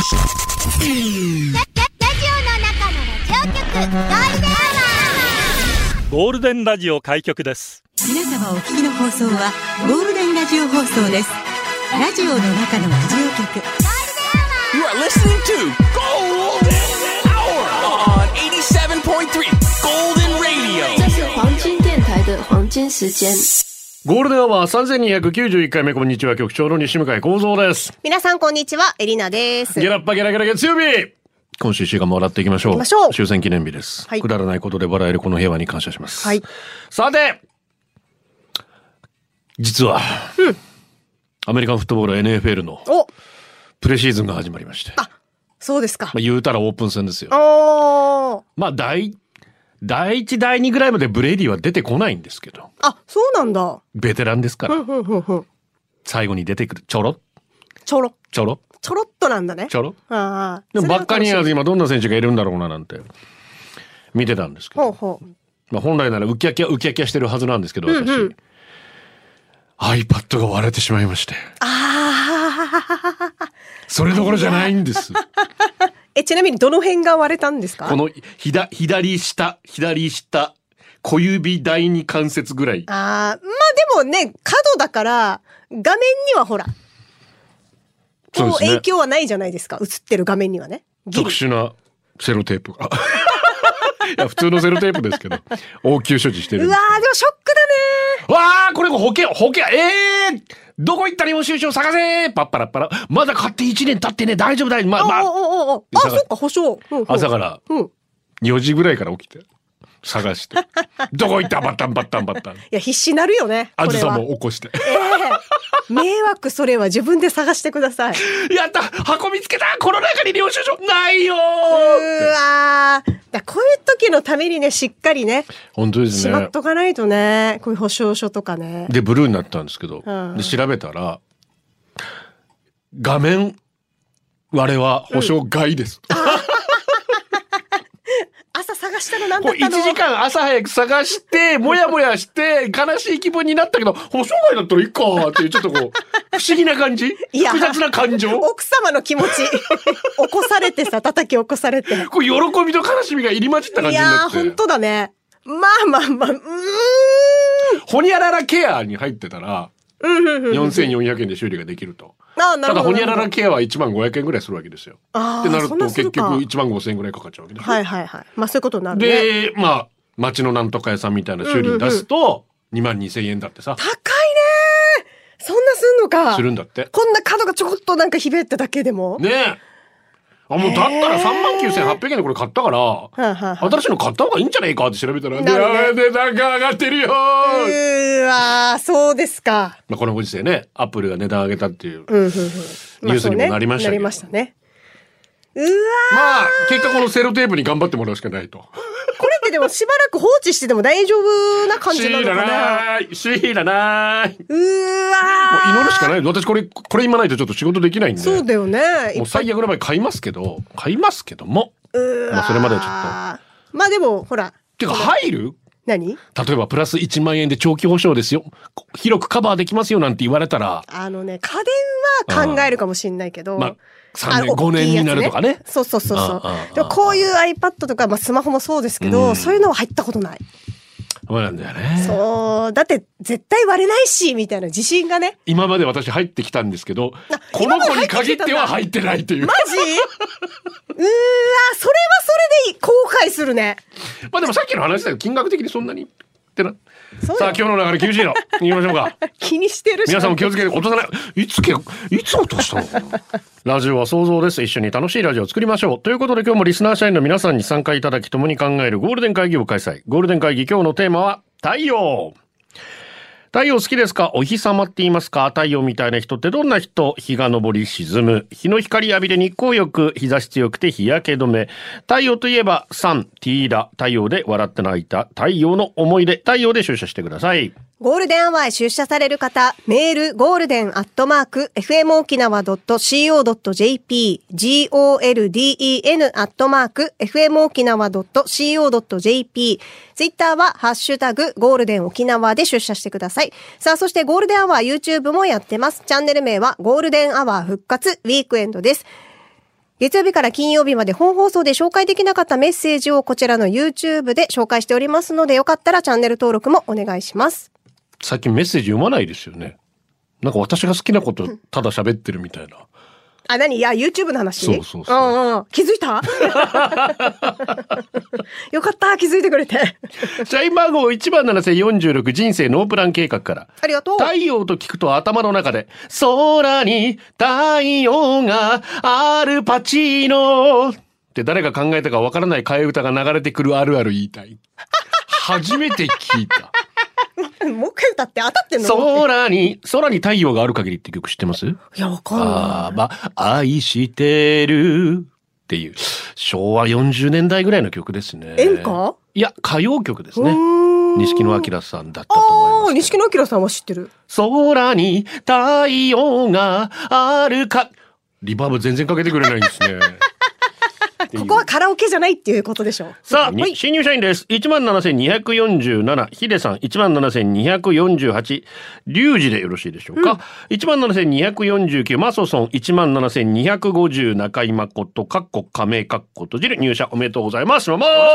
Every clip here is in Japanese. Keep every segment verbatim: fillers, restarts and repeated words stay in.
ゴールデンラジオ開局です。 皆様お聞きの放送はゴールデンラジオ放送です。ラジオの中のラジオ局 You are listening to Golden Hour on eighty-seven point three Golden Radio。 这是黄金電台的黄金時間。 ゴールデンアワーさんぜんにひゃくきゅうじゅういっかいめ、こんにちは、局長の西向井光三です。 皆さんこんにちは、エリナです。 ゲラッパゲラゲラ月曜日、今週いっしゅうかんも笑っていきましょう。 行きましょう。 終戦記念日です、はい、くだらないことで笑えるこの平和に感謝します、はい、さて実は、うん、アメリカンフットボール エヌエフエル のプレシーズンが始まりまして。 あ、そうですか。 まあ、言うたらオープン戦ですよ。 おー、まあ第第一第二ぐらいまでブレイディは出てこないんですけど。 あ、そうなんだ。 ベテランですから、 うんうんうんうん、最後に出てくるちょろちょろちょろちょろっとなんだね。 ちょろ。 あでもバッカニアーズ今どんな選手がいるんだろうななんて見てたんですけど、 ほうほう、 まあ、本来ならウキャキャウキャキャしてるはずなんですけど、私、うんうん、iPad が割れてしまいまして。 ああ、 それどころじゃないんですえ、ちなみにどの辺が割れたんですか？ このひだ左下左下小指第二関節ぐらい。 ああ、まあでもね、角だから画面にはほらこう影響はないじゃないですか。映ってる画面にはね。 特殊なセロテープがいや普通のセロテープですけど応急処置してる。 うわー、でもショックだね。 わー、これ保険保険えーどこ行ったら領収書探せー、パッパラッパラ、まだ買っていちねん経ってね、大丈夫だよ、まあまあ、 おおおお、あ、そっか、保証。 朝からよじぐらいから起きて探してどこ行ったバッタンバッタンバッタン。いや必死なるよね。 あずさも起こして、 えー、迷惑。それは自分で探してください。 やった、箱見つけた、この中に領収書ないよー。うわー、だこういう時のためにね、しっかりね、 本当ですね、しまっとかないとね。こういう保証書とかね。 でブルーになったんですけど、うん、で調べたら画面割れは保証外です、うん、 朝探したの何だったの？ いちじかん朝早く探してもやもやして悲しい気分になったけど、保証外だったらいいかっていうちょっとこう不思議な感じ、複雑な感情、 奥様の気持ち起こされてさ、叩き起こされて、 こう喜びと悲しみが入り混じった感じになって。 いやー本当だね。まあまあまあ、うーん、 ホニャララケアに入ってたらよんせんよんひゃくえんで修理ができると。 ああ、なるほど。 ただホニャララケアはいちまんごひゃくえんぐらいするわけですよ。あってなると結局いちまんごせんえんぐらいかかっちゃうわけですよ。 はいはいはい。まあそういうことになるね。 で、まあ町のなんとか屋さんみたいな修理に出すとにまんにせんえんだってさ。 高いねー。そんなすんのか。 するんだって。 こんな角がちょこっとなんかひべっただけでも。 ねえ。あ、もうだったらさんまんきゅうせんはっぴゃくえんでこれ買ったから、はあはあ、新しいの買った方がいいんじゃないかって調べたら、ね、値段が上がってるよー。 うーわー、そうですか。 まあ、このご時世ね、アップルが値段上げたっていう、うんうんうん、ニュースにもなりましたけど、まあ、そうね、なりましたね。うわー、 まあ結果このセロテープに頑張ってもらうしかないと。 これってでもしばらく放置してても大丈夫な感じなのかな。 シーラナーイ、 うーわー、 もう祈るしかない。私これこれ今ないとちょっと仕事できないんで。 そうだよね。 もう最悪の場合買いますけど買いますけども、まあそれまではちょっと、 まあでもほら、 てか入る、 何、 例えばプラスいちまんえんで長期保証ですよ、広くカバーできますよなんて言われたら、 あのね、家電は考えるかもしれないけど、まあさんねんごねんになるとかね。 そうそうそうそう。でもこういう iPad とか、まあ、スマホもそうですけど、うん、そういうのは入ったことない。 そうなんだよね。 そうだって絶対割れないしみたいな自信がね。 今まで私入ってきたんですけど、この子に限っては入ってないという。 マジ？うーわ、それはそれで後悔するね。 まあでもさっきの話だけど金額的にそんなにってな。さあ今日の流れ厳しいの行きましょうか。 気にしてるし。 皆さんも気をつけて落とさない。いつけいつ落としたの？ラジオは想像です。一緒に楽しいラジオを作りましょう。ということで今日もリスナー社員の皆さんに参加いただき共に考えるゴールデン会議を開催。ゴールデン会議今日のテーマは太陽。太陽好きですか？お日様って言いますか？太陽みたいな人ってどんな人？日が昇り沈む。日の光浴びで日光浴、日差し強くて日焼け止め。太陽といえばサン、ティーダ、太陽で笑って泣いた太陽の思い出、太陽で出社してください。 ゴールデンアワーへ出社される方、メール、ゴールデンアットマーク、エフエムオーキナワドットシーオードットジェーピー、ゴールデン アットマーク、エフエムオーキナワドットシーオードットジェーピー、ツイッターは、ハッシュタグ、ゴールデン沖縄で出社してください。さあ、そしてゴールデンアワー YouTube もやってます。チャンネル名は、ゴールデンアワー復活ウィークエンドです。 月曜日から金曜日まで本放送で紹介できなかったメッセージをこちらの YouTube で紹介しておりますので、よかったらチャンネル登録もお願いします。 最近メッセージ読まないですよね。なんか私が好きなことただ喋ってるみたいな。 あ、何？いや、YouTube の話？ そうそうそう。 うんうん。気づいた？よかった、気づいてくれて。 社員番号いちばんななせんよんじゅうろく人生ノープラン計画から。 ありがとう。 太陽と聞くと頭の中で、空に太陽があるパチーノって誰が考えたかわからない替え歌が流れてくるあるある言いたい。初めて聞いた。 もう一回歌って当たってんの？ 空に、空に太陽がある限りって曲知ってます？ いや、わかんない。 あまあ、愛してるっていう、昭和よんじゅうねんだいぐらいの曲ですね。 演歌？いや、歌謡曲ですね。錦野旦さんだったと思います。 ああ、錦野旦さんは知ってる。 空に太陽があるか、リバーブ全然かけてくれないんですね。 ここはカラオケじゃないっていうことでしょう。 さあ、新入社員です。いちまんななせんにひゃくよんじゅうなな、ヒデさんいちまんななせんにひゃくよんじゅうはち、リュウジでよろしいでしょうか。うん、いちまんななせんにひゃくよんじゅうきゅう、マソソンいちまんななせんにひゃくごじゅう、中井誠、かっこ仮名かっこ閉じる入社おめでとうございます。おめでとう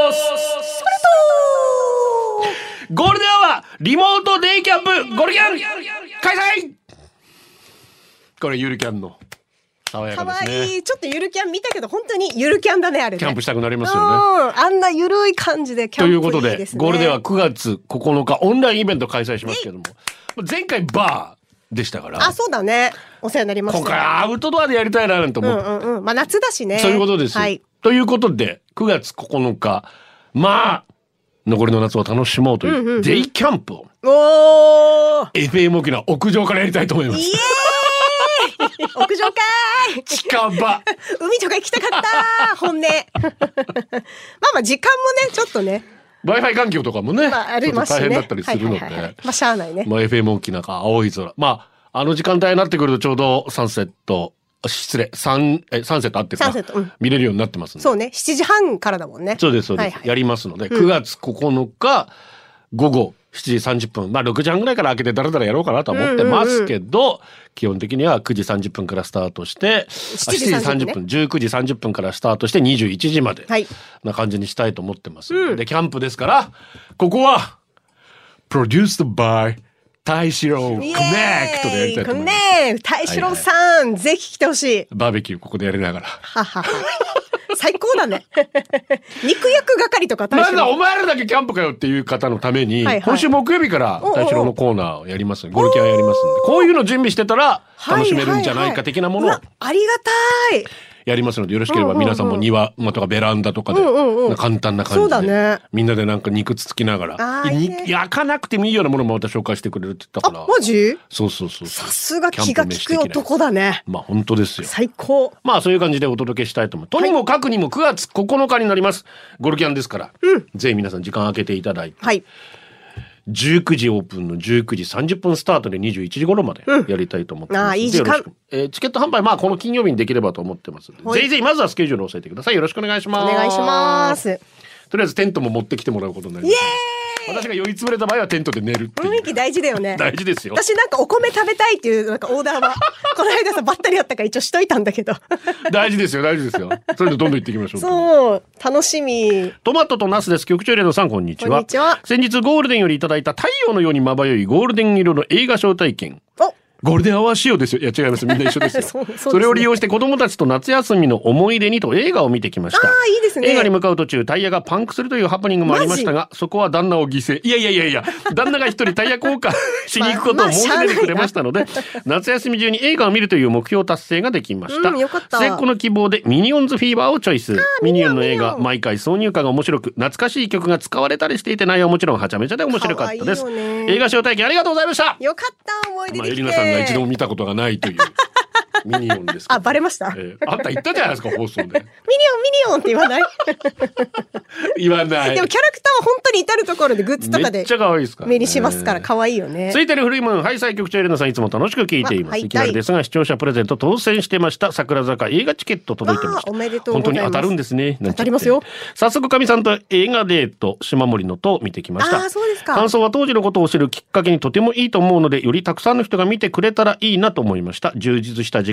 ゴールデンアワーリモートデイキャンプゴルキャン開催。これゆるキャンの爽やかですね。 かわいい。ちょっとゆるキャン見たけど本当にゆるキャンだね、あれね。 キャンプしたくなりますよね。 あんなゆるい感じでキャンプいいですね。 ということでゴールデンはくがつここのかオンラインイベント開催しますけども、前回バーでしたから。 あ、そうだね。お世話になりました。 今回アウトドアでやりたいななんて思って。 うんうんうん。まあ夏だしね。 そういうことです。はい。ということでくがつここのか、まあ残りの夏を楽しもうというデイキャンプを、 おーエフエム 沖縄屋上からやりたいと思います。 イエーイ屋上かーい。 近場海とか行きたかった本音。まあまあ時間もねちょっとね Wi-Fi 環境とかもね、 まあ、ありますしね、 大変だったりするので、はいはいはい、 まあしゃあないね。 まあ エフエム 沖縄か青い空、まああの時間帯になってくるとちょうどサンセット失礼サンえサンセットあってるか、うん、見れるようになってますんで。 そうね、しちじはんからだもんね。 そうですそうです、はいはい、やりますので、うん、くがつここのか午後しちじさんじゅっぷん、まあろくじはんぐらいから開けてだらだらやろうかなと思ってますけど、うんうんうん、基本的にはくじさんじゅっぷんからスタートしてしちじさんじゅっぷん、じゅうくじさんじゅっぷんからスタートしてにじゅういちじまでな感じにしたいと思ってます、うん、でキャンプですからここはプロデュースバイ大志郎コネクトでやりたいと思います。 コネクト大志郎さん、はいはい、ぜひ来てほしい。 バーベキューここでやりながらははは最高だね。肉焼く係とか大志郎。 まだお前らだけキャンプかよっていう方のために、はいはい、今週木曜日から大志郎のコーナーをやります。ゴルキャンやりますんで、こういうの準備してたら楽しめるんじゃないか的なものを、 はいはいはい、ありがたい。 やりますのでよろしければ皆さんも庭とかベランダとかで簡単な感じでみんなでなんか肉つつきながら、焼かなくてもいいようなものもまた紹介してくれるって言ったから。 あ、マジ？ そうそうそう。 さすが気が利く男だね。 まあ本当ですよ。 最高。 まあそういう感じでお届けしたいと思う。とにもかくにもくがつここのかになります。ゴルキャンですから、うん、ぜひ皆さん時間空けていただいて。はい。じゅうくじオープンのじゅうくじさんじゅっぷんスタートでにじゅういちじ頃までやりたいと思ってます、うん、あいい時間、えー、チケット販売まあこの金曜日にできればと思ってますので、ぜひぜひまずはスケジュールを押さえてください。よろしくお願いします。 お願いします。 とりあえずテントも持ってきてもらうことになります。イエーイ。私が酔いつぶれた場合はテントで寝るっていう。 雰囲気大事だよね。 大事ですよ。 私なんかお米食べたいっていうなんかオーダーはこの間さばったりあったから一応しといたんだけど。 大事ですよ大事ですよ。それでどんどん行っていきましょう。 そう楽しみ。 トマトとナスです。局長レノさんこんにちは。こんにちは。先日ゴールデンよりいただいた太陽のようにまばゆいゴールデン色の映画招待券。おゴールデンアワー仕様ですよ。いや違います。みんな一緒ですよ。 そ, う そ, うですね、それを利用して子供たちと夏休みの思い出にと映画を見てきました。 あいいですね。 映画に向かう途中タイヤがパンクするというハプニングもありましたが、そこは旦那を犠牲。いやいやいやいや旦那が一人タイヤ交換しに行くことを申し出てくれましたので、まあまあ、夏休み中に映画を見るという目標達成ができました。 うん、よかった。 末っ子の希望でミニオンズフィーバーをチョイス。ミニオンの映画毎回挿入歌が面白く懐かしい曲が使われたりしていて内容はもちろんはちゃめちゃで面白かったです。映画招待券ありがとうございました。 よかった思い出できて、まあ、 エリナさんが一度も見たことがないというミニオンです。 あ、バレました、 えー、あんた言ったじゃないですか放送で。ミニオンミニオンって言わない言わない。 でもキャラクターは本当に至るところでグッズとかでめっちゃ可愛いですから、ね、 目にしますから可愛いよね。 ついてる古いもん、はいさい局長エレナさんいつも楽しく聞いています、はい、いきなりですが視聴者プレゼント当選してました。桜坂映画チケット届いてました。 おめでとうございます。 本当に当たるんですね。 当たりますよ。 早速かみさんと映画デート島森のと見てきました。 あ、そうですか。 感想は当時のことを知るきっかけにとてもいいと思うのでよりたくさんの人が見てくれたらいいなと思いました。充実した時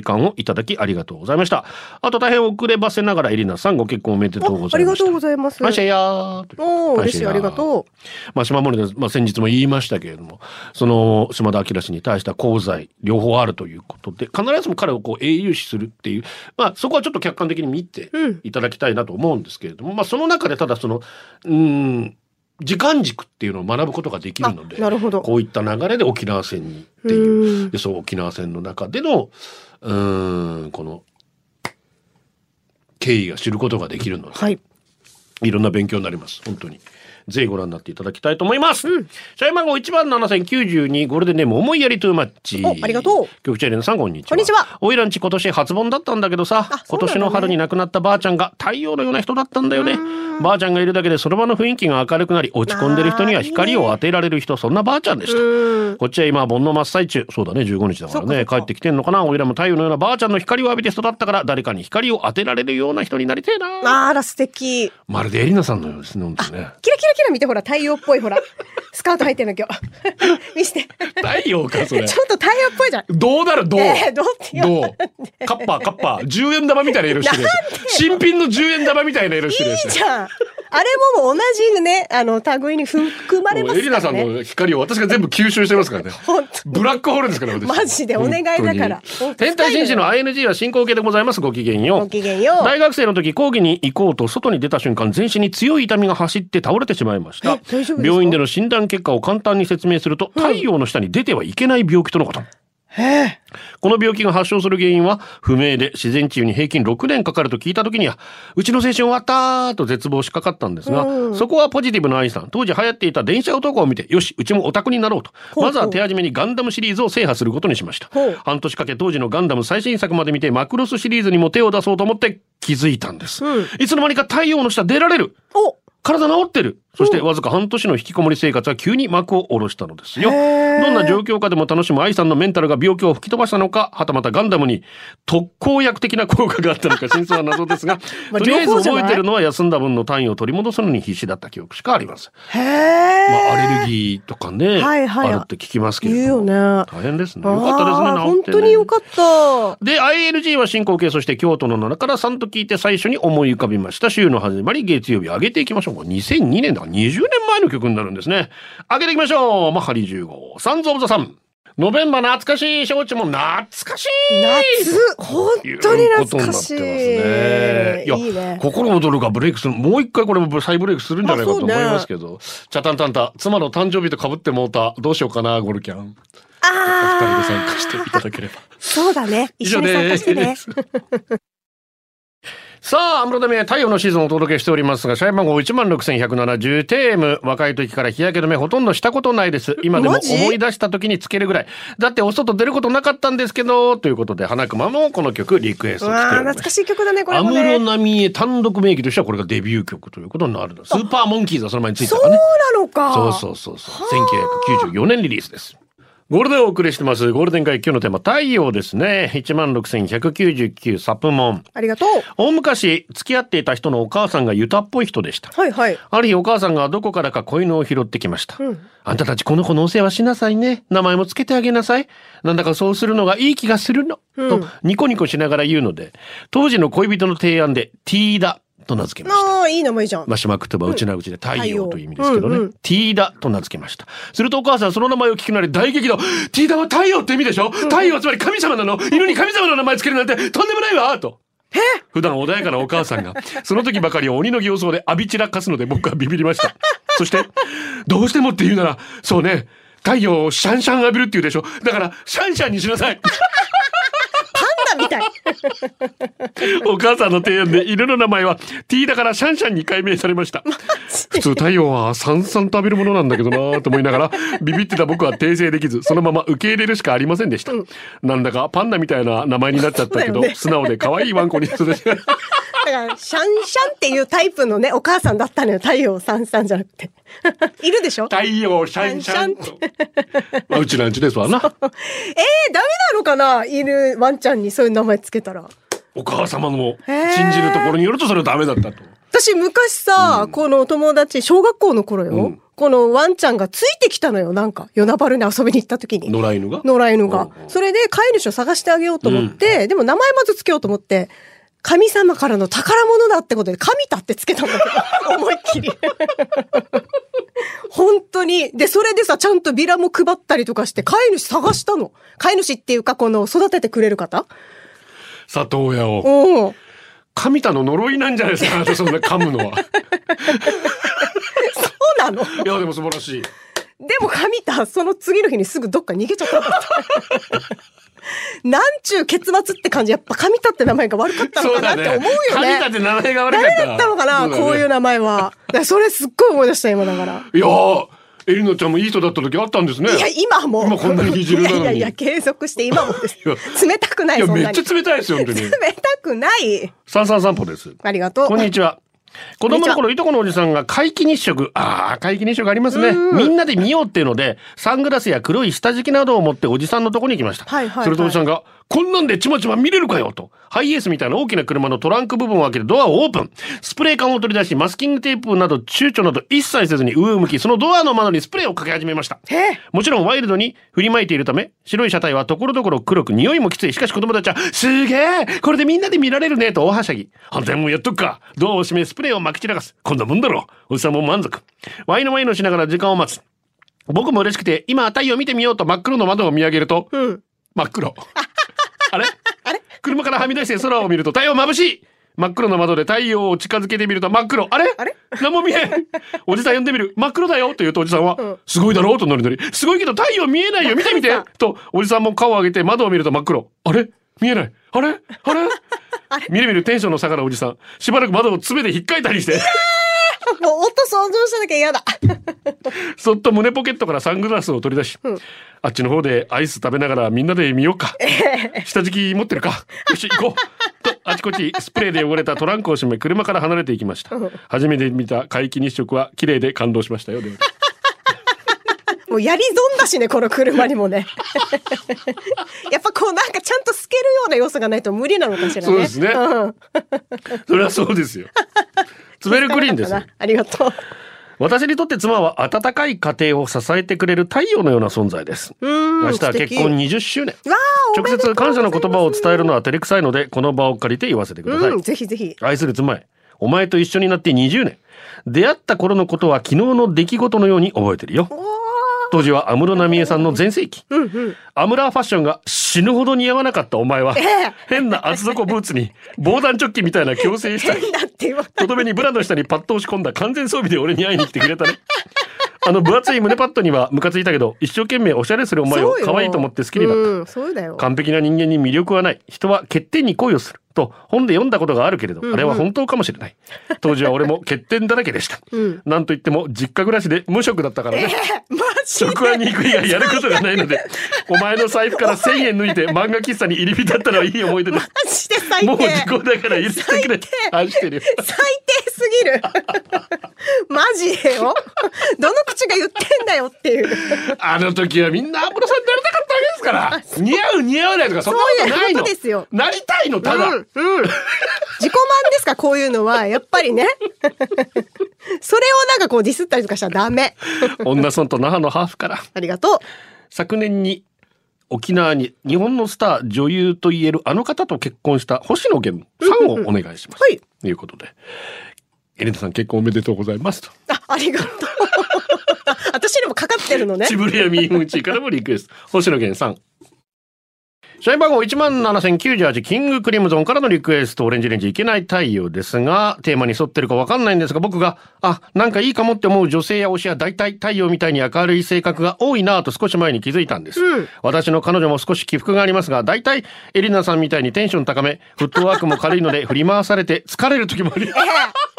間をいただきありがとうございました。あと大変遅ればせながらエリナさんご結婚おめでとうございました。 ありがとうございます。 感謝やーおー、嬉しい、ありがとう。 まあ、島森で、まあ、先日も言いましたけれども、その島田明氏に対した功罪両方あるということで、必ずしも彼をこう英雄視するっていう、まあ、そこはちょっと客観的に見ていただきたいなと思うんですけれども、うん、まあ、その中でただそのうーん時間軸っていうのを学ぶことができるので、 なるほど、 こういった流れで沖縄戦にっていう、でそう沖縄戦の中でのうーんこの経緯が知ることができるので、はい、いろんな勉強になります。本当にぜひご覧になっていただきたいと思います。うん、社員番号いちばんななせんきゅうじゅうにゴールデンネーム思いやりトゥーマッチ。 お、ありがとう。 局長エレナさんこんにちは。 こんにちは。 おいらんち今年初盆だったんだけどさ、ね、今年の春に亡くなったばあちゃんが太陽のような人だったんだよね。ばあちゃんがいるだけでその場の雰囲気が明るくなり、落ち込んでる人には光を当てられる人、そんなばあちゃんでした。こっちは今盆の真っ最中、そうだねじゅうごにちだからね、帰ってきてんのかな。おいらも太陽のようなばあちゃんの光を浴びて育ったから、誰かに光を当てられるような人になりてえな。 あら素敵。 まるでエリナさんのようですね。本当ね。 キラキラキラ見てほら、太陽っぽいほらスカート履いてるの今日見して。 太陽かそれ。 ちょっと太陽っぽいじゃん。 どうなるどう、 えー、どうってどうカッパーカッパーじゅうえん玉みたいな色してるやつ。新品のじゅうえん玉みたいな色してるやつ。 いいじゃん。あれももう同じね、あの類に含まれますからね。 エリナさんの光を私が全部吸収してますからね。ブラックホールですから私。 マジでお願いだから。 天体紳士の アイエヌジー は進行形でございます。ごきげんよう。 ごきげんよう。 大学生の時講義に行こうと外に出た瞬間、全身に強い痛みが走って倒れてしまいました。病院での診断結果を簡単に説明すると、太陽の下に出てはいけない病気とのこと。へこの病気が発症する原因は不明で、自然治癒に平均ろくねんかかると聞いた時には、うちの青春終わったと絶望しかかったんですが、うん、そこはポジティブな愛さん、当時流行っていた電車男を見て、よしうちもオタクになろうと、ほうほう、まずは手始めにガンダムシリーズを制覇することにしました。半年かけ当時のガンダム最新作まで見て、マクロスシリーズにも手を出そうと思って気づいたんです、うん、いつの間にか太陽の下出られる、お体治ってる。そしてわずか半年の引きこもり生活は急に幕を下ろしたのですよ。どんな状況下でも楽しむ愛さんのメンタルが病気を吹き飛ばしたのか、はたまたガンダムに特効薬的な効果があったのか、真相は謎ですがとりあえず覚えてるのは、休んだ分の単位を取り戻すのに必死だった記憶しかありません。へー、まあ、アレルギーとかね、はいはい、あるって聞きますけれども、ね、大変ですね。よかったですね、治ってね。 本当によかった。 で アイエヌジー は進行形、そして京都のななからさんと聞いて最初に思い浮かびました。週の始まり月曜日上げていきましょう。にせんにねんだからにじゅうねんまえの曲になるんですね。上げていきましょう。マッハにじゅうごサンズオブザサン。ノベンバー懐かしい、招致も懐かしい。 夏、本当に懐かしい。い, ね、いや、いいね、心躍るがブレイクする。もう一回これも再ブレイクするんじゃないかと思いますけど。ね、チャタンタンタ、妻の誕生日と被ってもうた。どうしようかな、ゴルキャン。ああ。二人で参加していただければ。 そうだね。一緒に参加してね。 さあ、安室奈美恵太陽のシーズンをお届けしておりますが、社員番号いちまんろくせんひゃくななじゅうテーム。若い時から日焼け止めほとんどしたことないです。今でも思い出した時につけるぐらい。だってお外出ることなかったんですけど、ということで花熊もこの曲リクエストしております。 懐かしい曲だね、これもね。 安室奈美恵単独名義としてはこれがデビュー曲ということになるんです。スーパーモンキーズはその前についたからね。 そうなのか。 そうそうそうそう。せんきゅうひゃくきゅうじゅうよねんリリースです。ゴールデンをお送りしてます。ゴールデン会今日のテーマ太陽ですね。いちまんろくせんひゃくきゅうじゅうきゅうサプモン。 ありがとう。 大昔付き合っていた人のお母さんがユタっぽい人でした。 はいはい。 ある日お母さんがどこからか子犬を拾ってきました。うん、あんたたちこの子のお世話しなさいね。名前もつけてあげなさい。なんだかそうするのがいい気がするの。うん、とニコニコしながら言うので、当時の恋人の提案でティーダと名付けました。 ああ、いい名前じゃん。 まあ、島くばうちなうちで太陽という意味ですけどね、うんうん、ティーダと名付けました。するとお母さんその名前を聞きなり大激怒。ティーダは太陽って意味でしょ、うん、太陽はつまり神様なの。犬に神様の名前つけるなんてとんでもないわと。 え普段穏やかなお母さんがその時ばかり鬼の形相で浴び散らかすので僕はビビりました。そしてどうしてもって言うなら、そうね、太陽をシャンシャン浴びるって言うでしょ、だからシャンシャンにしなさい。 みたいお母さんの提案で犬の名前はティーだからシャンシャンに改名されました。普通太陽はさんさんと浴びるものなんだけどなと思いながらビビってた僕は訂正できずそのまま受け入れるしかありませんでした、うん、なんだかパンダみたいな名前になっちゃったけど、ね、素直で可愛いワンコに育てだからシャンシャンっていうタイプのねお母さんだったのよ。太陽さんさんじゃなくているでしょ、 太陽シャンシャンとまあ、うちなんちですわな。えー、ダメなのかな、犬ワンちゃんにそういう名前つけたら。 お母様の信じるところによるとそれはダメだったと。 私昔さ、うん、この友達小学校の頃よ、うん、 このワンちゃんがついてきたのよ。なんか、与那原に遊びに行った時に。 野良犬が野良犬がうんうん。 それで飼い主を探してあげようと思って、でも名前まずつけようと思って、神様からの宝物だってことで、神田ってつけたんだけど、思いっきり。本当に。で、それでさ、ちゃんとビラも配ったりとかして、飼い主探したの。飼い主っていうか、この育ててくれる方里親を。 うん。 神田の呪いなんじゃないですか、そんな噛むのは。 そうなの。 いや、でも素晴らしい。 でも神田、その次の日にすぐどっか逃げちゃったんだって。なんちゅう結末って感じ。やっぱ神田って名前が悪かったのかなって思うよね。 神田って名前が悪かった。 誰だったのかな、 そうだねこういう名前は。だからそれすっごい思い出した今だから。 いやー、エリナちゃんもいい人だった時あったんですね。 いや、今も。 今こんなにひじるなのに。 いやいやいや、継続して今もですいや。 冷たくない、 いや、 そんなに。 めっちゃ冷たいですよ、本当に。 冷たくない。 三三散歩です。 ありがとう。 こんにちは。子供の頃、いとこのおじさんが皆既日食。ああ、皆既日食ありますね。みんなで見ようっていうので、サングラスや黒い下敷きなどを持っておじさんのとこに行きました。 はいはいはいするとおじさんが、こんなんでちまちま見れるかよと。ハイエースみたいな大きな車のトランク部分を開けてドアをオープン。スプレー缶を取り出し、マスキングテープなど躊躇など一切せずに上を向き、そのドアの窓にスプレーをかけ始めました。もちろんワイルドに振りまいているため、白い車体はところどころ黒く、匂いもきつい。しかし子供たちは、すげえこれでみんなで見られるねと大はしゃぎ。反対もやっとくか。ドアを閉め、スプレーを撒き散らかす。こんなもんだろう。おじさんも満足。ワイのワイのしながら時間を待つ。僕も嬉しくて、今太陽見てみようと真っ黒の窓を見上げると、 うん。 真っ黒。あれあれ車からはみ出して空を見ると太陽眩しい。真っ黒の窓で太陽を近づけてみると真っ黒。あれあれ何も見えん。おじさん呼んでみる。真っ黒だよと言うとおじさんは、 うんすごいだろうとノリノリ。すごいけど太陽見えないよ。見てみて。とおじさんも顔を上げて窓を見ると真っ黒。あれ見えない。あれあれみるみるテンションの下がるおじさん。しばらく窓を爪で引っかいたりして。 もう音想像しただけ嫌だ。 そっと胸ポケットからサングラスを取り出し、 うんあっちの方でアイス食べながらみんなで見ようか。下敷き持ってるか。よし行こう。とあちこちスプレーで汚れたトランクを閉め車から離れていきました。初めて見た皆既日食は綺麗で感動しましたよ。ではもうやり損だしね、この車にもね。やっぱこうなんかちゃんと透けるような要素がないと無理なのかしらね。 そうですねんそれはそうですよ。ツベルクリーンです。 ありがとう。 私にとって妻は温かい家庭を支えてくれる太陽のような存在です。 うん明日は素敵結婚にじゅっしゅうねん。 わあ、 直接感謝の言葉を伝えるのは照れくさいのでこの場を借りて言わせてください。 うん、ぜひぜひ。 愛する妻へ、お前と一緒になってにじゅうねん。出会った頃のことは昨日の出来事のように覚えてるよ。当時は安室奈美恵さんの全盛期。 うんうん。 アムラーファッションが死ぬほど似合わなかったお前は、 ええ変な厚底ブーツに防弾チョッキみたいな矯正したり、 変だって言わとどめにブラの下にパッと押し込んだ完全装備で俺に会いに来てくれたね。あの分厚い胸パッドにはムカついたけど、一生懸命おしゃれするお前をそうよ可愛いと思って好きになった。 うん、そうだよ。 完璧な人間に魅力はない。人は欠点に恋をする。と本で読んだことがあるけれど、 うんうんあれは本当かもしれない。当時は俺も欠点だらけでした。 うんなんといっても実家暮らしで無職だったからね。 マジで食は肉以外やることがないので、お前の財布からせんえん抜いて漫画喫茶に入り浸ったのはいい思い出です。 マジで最低。 もう時効だから許してくれ。愛してるよ。 最低すぎる。マジでよ。どの口が言ってんだよっていう。 あの時はみんな安室さんになりたかったわけですから。似合う似合わないとかそんなことないの。 そういうことですよなりたいのただ。 うん、うん。自己満ですか、こういうのは。やっぱりね。それをなんかこうディスったりとかしたらダメ。 女村と那覇のハーフから。 ありがとう。 昨年に沖縄に日本のスター女優といえるあの方と結婚した星野源さんをお願いします。 はい。 ということで、エレナさん結婚おめでとうございますと。 あ、ありがとう。私にもかかってるのね。 チブリアミームーチーからもリクエスト。星野源さん。社員番号いちまんななせんきゅうじゅうはちキングクリムゾンからのリクエスト、オレンジレンジいけない太陽ですが、テーマに沿ってるかわかんないんですが、僕が、あ、なんかいいかもって思う女性や推しは大体太陽みたいに明るい性格が多いなぁと少し前に気づいたんです。 うん私の彼女も少し起伏がありますが、大体エリナさんみたいにテンション高め、フットワークも軽いので振り回されて疲れる時もあり、 疲れる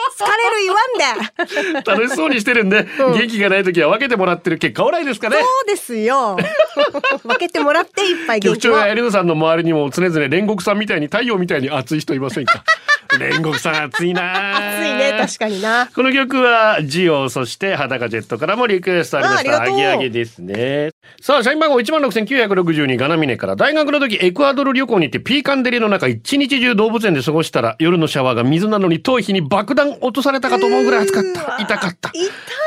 言わんで。 楽しそうにしてるんで、 うん元気がない時は分けてもらってる結果オーライですかね。 そうですよ。分けてもらっていっぱい元気を。 局長やエリナさんの周りにも常々煉獄さんみたいに太陽みたいに熱い人いませんか。煉獄さん熱いな。 暑いね、確かにな。 この曲はジオ、そして裸ジェットからもリクエストありました。 あありがとうアゲアゲですね。さあ社員番号いちまんろくせんきゅうひゃくろくじゅうにガナミネから、大学の時エクアドル旅行に行ってピーカンデリの中一日中動物園で過ごしたら、夜のシャワーが水なのに遠い日に爆弾落とされたかと思うぐらい暑かった。痛かった。 痛い。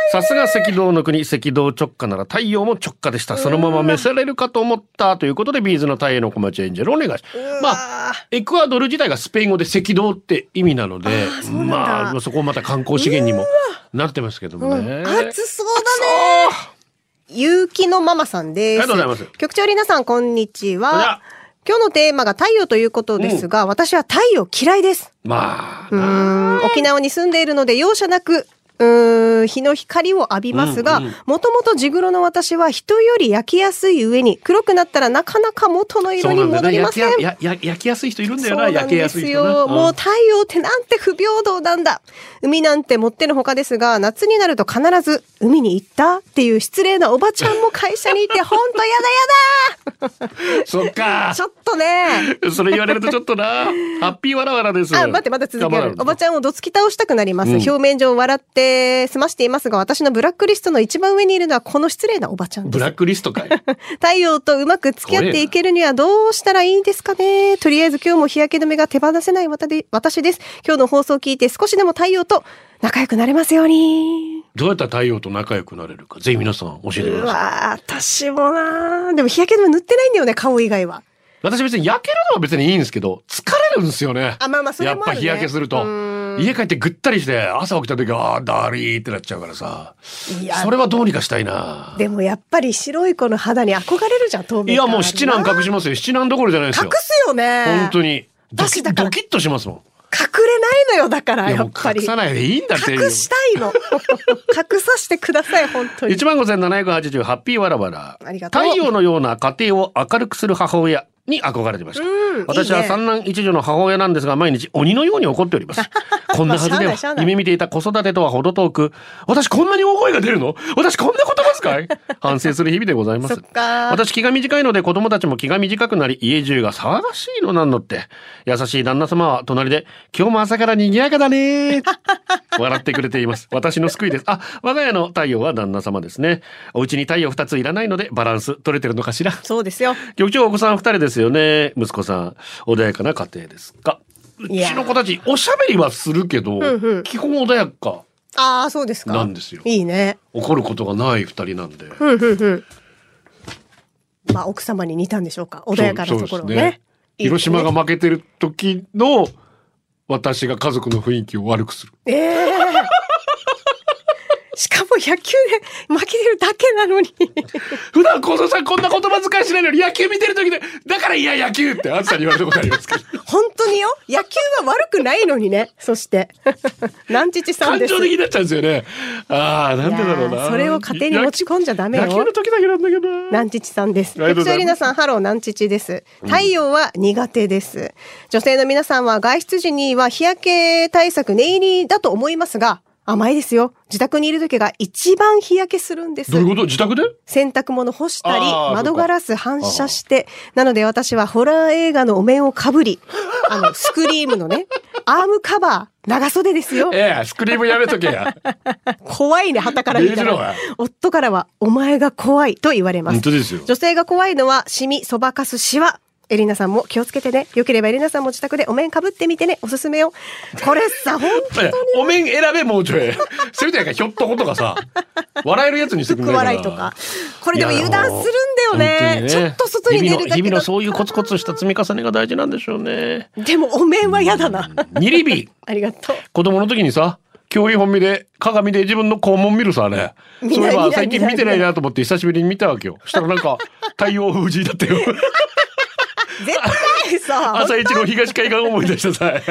さすが赤道の国、赤道直下なら太陽も直下でした。そのまま召されるかと思ったということで、ビーズの太陽の小町エンジェルお願いします。まあ、エクアドル自体がスペイン語で赤道って意味なので、 あそまあ、そこもまた観光資源にもなってますけどもね。 うん、暑そうだね。ゆうきのママさんです。 ありがとうございます。 局長りなさん、こんにちは。今日のテーマが太陽ということですが、うん、私は太陽嫌いです。 まあ、 うーん沖縄に住んでいるので容赦なくうーん日の光を浴びますが、もともと地黒の私は人より焼きやすい上に黒くなったらなかなか元の色に戻りません。 そうなんだよね、焼きや、焼きやすい人いるんだよな。焼けやすい人な。 うん、もう太陽ってなんて不平等なんだ。海なんてもってのほかですが、夏になると必ず海に行ったっていう失礼なおばちゃんも会社にいてほんとやだやだそっか。 ちょっとね。 それ言われるとちょっとな。ハッピーわらわらです。 あ、待ってまた続ける。おばちゃんをどつき倒したくなります。うん、表面上笑って済ましていますが、私のブラックリストの一番上にいるのはこの失礼なおばちゃんです。 ブラックリストかい。 太陽とうまく付き合っていけるにはどうしたらいいんですかね。とりあえず今日も日焼け止めが手放せない私です。今日の放送を聞いて少しでも太陽と仲良くなれますように。 どうやったら太陽と仲良くなれるか、ぜひ皆さん教えてください。 うわ私もな。でも日焼け止め塗ってないんだよね、顔以外は。 私別に焼けるのは別にいいんですけど、疲れるんですよね。 あ、まあまあそれもあるね。 やっぱ日焼けすると家帰ってぐったりして朝起きた時はあーだりーってなっちゃうからさ。いやそれはどうにかしたいな。 でもやっぱり白い子の肌に憧れるじゃん、透明感。 いやもう七難隠しますよ。七難どころじゃないですよ。 隠すよね。 本当にドキッドキッとしますもん。 隠れないのよ、だからやっぱり。 隠さないでいいんだって。 隠したいの。隠させてください、本当に。 いちまんごせんななひゃくはちじゅうハッピーわらわら。 ありがとう。 太陽のような家庭を明るくする母親に憧れてました。私は三男一女の母親なんですが、毎日鬼のように怒っております。こんなはずでは夢見ていた子育てとは程遠く、私こんなに大声が出るの？私こんなことますかい？反省する日々でございます。私気が短いので子供たちも気が短くなり、家中が騒がしいのなんのって。優しい旦那様は隣で、今日も朝から賑やかだね笑ってくれています。私の救いです。あ、我が家の太陽は旦那様ですね。お家に太陽ふたついらないのでバランス取れてるのかしら。 そうですよ。 局長お子さんふたりですよね。息子さん穏やかな家庭ですか？うちの子たちおしゃべりはするけど、うんうん、基本穏やか。 ああ、そうですか。 なんですよ。 いいね。 怒ることがないふたりなんで。 うんうんうん。まあ奥様に似たんでしょうか。穏やかなところね。ねいいね。 広島が負けてる時の私が家族の雰囲気を悪くする。 ええー。しかも野球で負けてるだけなのに普段小僧さんこんな言葉遣いしないのに野球見てる時でだからいや野球ってあつさんに言われたことありますけど本当によ、野球は悪くないのにね。そして南父さんです。 感情的になっちゃうんですよね。ああなんでだろうな。 それを家庭に持ち込んじゃダメよ。 野球の時だけなんだけど。 南父さんです。局長エリナさんハロー南父です。太陽は苦手です、うん、女性の皆さんは外出時には日焼け対策念入りだと思いますが、甘いですよ。自宅にいる時が一番日焼けするんです。 どういうこと？自宅で？ 洗濯物干したり窓ガラス反射して、なので私はホラー映画のお面をかぶり、あのスクリームのねアームカバー長袖ですよ。 ええ、スクリームやめとけや。 怖いね、旗から見たら。夫からはお前が怖いと言われます。 本当ですよ。 女性が怖いのはシミ、そばかす、シワ。エリナさんも気をつけてね。よければエリナさんも自宅でお面かぶってみてね。おすすめよ。これさ、本当に。 お面選べ、もうちょい。せめてなんかひょっとことかさ、笑えるやつにしてくれないかな。 笑いとか。これでも油断するんだよね。ねちょっと外に出るだけだ。 日々のそういうコツコツした積み重ねが大事なんでしょうね。 でもお面は嫌だな。 ニリビ。 ありがとう。 子供の時にさ、教員本見で鏡で自分の肛門見るさね。そういえば最近見てないなと思って久しぶりに見たわけよ。したらなんか太陽風神だったよ。 絶対さ朝一の東海岸思い出したさ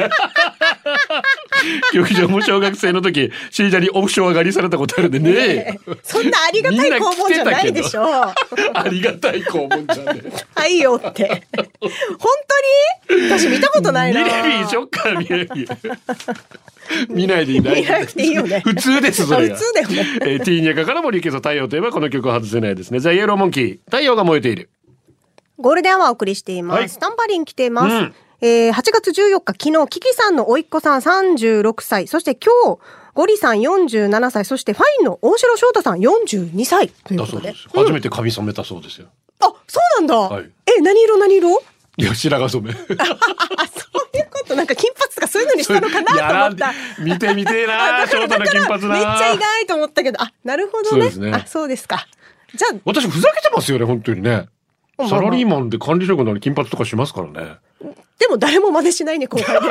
局長も小学生の時シージャにオフショア狩りされたことあるんでね、ねそんなありがたい肛門じゃないでしょ。 ありがたい肛門じゃね太陽って本当に私見たことないな。 見れびショッカー見れび見ないでいない。 見なくていいよね。 普通ですそれが。 普通だよね。 えー、ティーニャカからもリケソ太陽といえばこの曲を外せないですね。ザイエローモンキー太陽が燃えている。 ゴールデンアワーお送りしています、はい、スタンバリン来ています、うんえー、はちがつじゅうよっか昨日キキさんの甥っ子さんさんじゅうろくさい、そして今日ゴリさんよんじゅうななさい、そしてファインの大城翔太さんよんじゅうにさいということで、 うん、初めて髪染めたそうですよ。 あ、そうなんだ、 はい、 え、何色何色？ いや白髪染め。 あ、そういうこと。なんか金髪とかそういうのにしたのかなと思った。 見てみてえなショートの金髪な。 めっちゃ意外と思ったけど、あ、なるほどね。 そうですね。 あ、そうですか。じゃあ私ふざけてますよね本当にね。サラリーマンで管理職なのに金髪とかしますからね。 でも誰も真似しないね後輩で。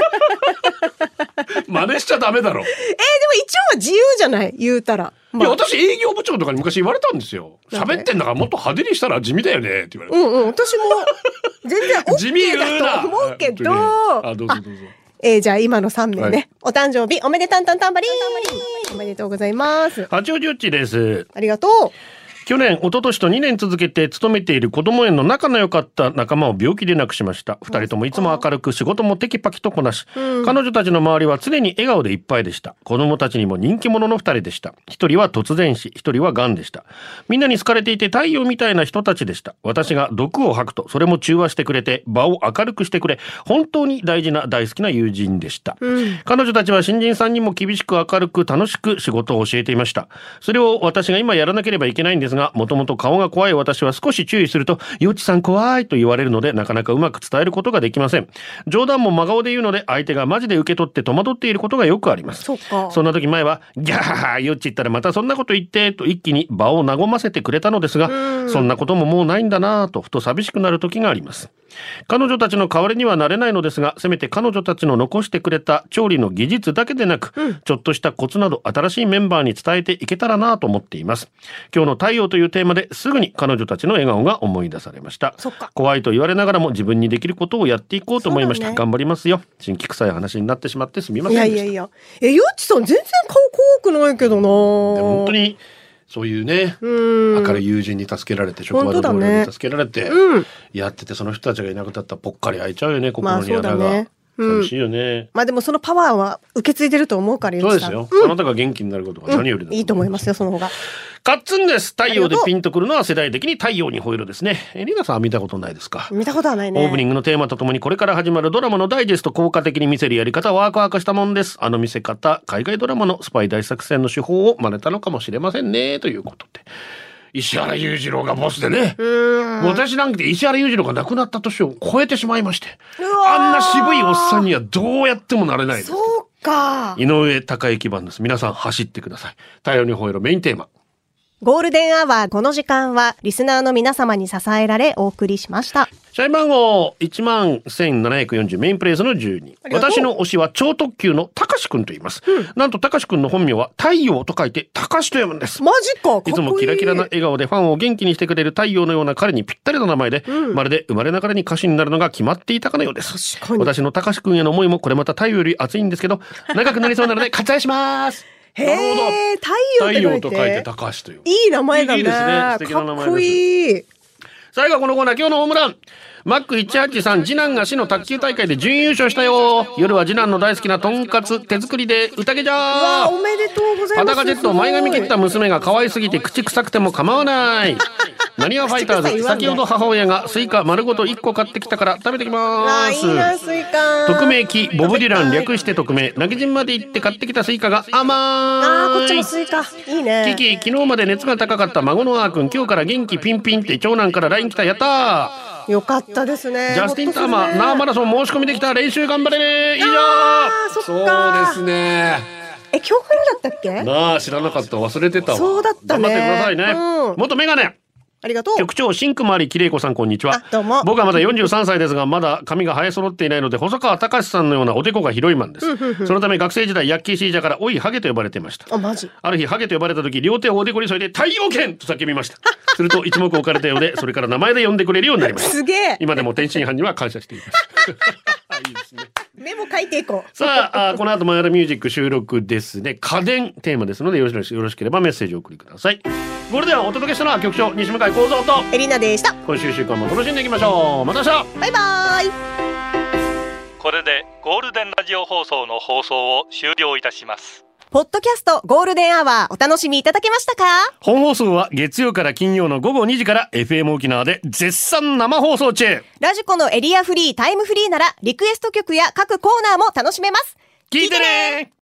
真似しちゃダメだろ。えー、でも一応は自由じゃない言うたら。 まあ、いや私営業部長とかに昔言われたんですよ。喋ってんだからもっと派手にしたら地味だよねって言われて。 うんうん、私も全然 OK だと思うけど。 あ、どうぞどうぞ。 えー、じゃあ今のさん名ね、はい、お誕生日おめでたんたんたんばりーん、おめでとうございます。 八王子よっちです。 ありがとう。 去年、一昨年とにねん続けて勤めている子ども園の仲の良かった仲間を病気で亡くしました。二人ともいつも明るく仕事もテキパキとこなし、うん、彼女たちの周りは常に笑顔でいっぱいでした。子どもたちにも人気者の二人でした。一人は突然死、一人は癌でした。みんなに好かれていて太陽みたいな人たちでした。私が毒を吐くとそれも中和してくれて場を明るくしてくれ、本当に大事な大好きな友人でした、うん、彼女たちは新人さんにも厳しく明るく楽しく仕事を教えていました。それを私が今やらなければいけないんですが、もともと顔が怖い私は少し注意すると、よっちさん怖いと言われるのでなかなかうまく伝えることができません。冗談も真顔で言うので相手がマジで受け取って戸惑っていることがよくあります。 そ, そんな時前はギャーよっち言ったらまたそんなこと言ってと一気に場を和ませてくれたのですが、そんなことももうないんだなぁとふと寂しくなる時があります。彼女たちの代わりにはなれないのですが、せめて彼女たちの残してくれた調理の技術だけでなく、うん、ちょっとしたコツなど新しいメンバーに伝えていけたらなと思っています。今日の太陽というテーマですぐに彼女たちの笑顔が思い出されました。怖いと言われながらも自分にできることをやっていこうと思いました、ね、頑張りますよ。新規臭い話になってしまってすみませんでした。いやいやいや、 え、よっちさん全然顔怖くないけどな。 本当にそういうね、うん、明るい友人に助けられて、職場の同僚に助けられて、うん、やっててその人たちがいなくなったらぽっかり開いちゃうよね、心に穴が、まあね、寂しいよね、うん、 まあでもそのパワーは受け継いでると思うから。 そうですよ、うん、あなたが元気になることが何よりだ、 うん、いいと思いますよ、その方が。 カッツンです。太陽でピンとくるのは世代的に太陽にほえろですね。えリナさんは見たことないですか？ 見たことはないね。 オープニングのテーマとともにこれから始まるドラマのダイジェスト効果的に見せるやり方はワークワークしたもんです。あの見せ方、海外ドラマのスパイ大作戦の手法を真似たのかもしれませんね、ということで。石原裕次郎がボスでね、私なんて石原裕次郎が亡くなった年を超えてしまいまして、あんな渋いおっさんにはどうやってもなれないです。 そうか。 井上貴之版です。皆さん走ってください。太陽にほえろメインテーマ。 ゴールデンアワー、この時間はリスナーの皆様に支えられお送りしました。 社員番号 いちまんせんななひゃくよんじゅう メインプレイスのじゅうに。私の推しは超特急のたかしくんと言います、うん、なんとたかしくんの本名は太陽と書いてたかしと読むんです。 マジか、かっこいい。 いつもキラキラな笑顔でファンを元気にしてくれる太陽のような彼にぴったりな名前で、うん、まるで生まれながらに歌手になるのが決まっていたかのようです。確かに。私のたかしくんへの思いもこれまた太陽より熱いんですけど長くなりそうなので割愛しますへえ、太陽と書いて高橋といういい名前だね。 いいですね、素敵な名前です。 かっこいい。 最後はこのコーナー、今日のホームラン。マックいちはちさん、次男が市の卓球大会で準優勝したよ。夜は次男の大好きなとんかつ手作りで宴じゃー。 わあ、おめでとうございます。 裸ジェットを前髪切った娘が可愛すぎて口臭くても構わないなにわファイターズ、先ほど母親がスイカ丸ごといっこ買ってきたから食べてきます。 いいな、スイカ。 匿名機ボブディラン略して匿名、投げ陣まで行って買ってきたスイカが甘い。 あー、こっちもスイカいいね。 キキ、昨日まで熱が高かった孫のあーくん、今日から元気ピンピンって長男から ライン 来た。やったー、 よかったですね。 ジャスティン・ターマー、ナーマラソン申し込みできた。練習頑張れね。以上。 そっか。 そうですね。 え、今日からだったっけ？ なあ、知らなかった。忘れてたわ。 そうだったね。 頑張ってくださいね。うん、元メガネ。 ありがとう。 局長、新熊有きれいこさん、こんにちは。 どうも。 僕はまだよんじゅうさんさいですが、まだ髪が生え揃っていないので、細川隆さんのようなおでこが広いマンです。そのため学生時代、ヤッキーシージャからおいハゲと呼ばれていました。 あ、マジ？ ある日、ハゲと呼ばれた時、両手をおでこに添えて、太陽拳と叫びました。すると一目置かれたようで、それから名前で呼んでくれるようになりました。 すげえ。 今でも天津飯には感謝しています。いいですね。 メモ書いていこう。 さあ、あこの後マイアラミュージック収録ですね。家電テーマですので、よろしよろしければメッセージをお送りください。これではお届けしたのは局長西向井光三とエリナでした。 今週いっしゅうかんも楽しんでいきましょう。また明日。 バイバイ。 これでゴールデンラジオ放送の放送を終了いたします。 ポッドキャストゴールデンアワーお楽しみいただけましたか？ 本放送は月曜から金曜のごごにじから エフエム 沖縄で絶賛生放送中。 ラジコのエリアフリータイムフリーならリクエスト曲や各コーナーも楽しめます。 聞いてね。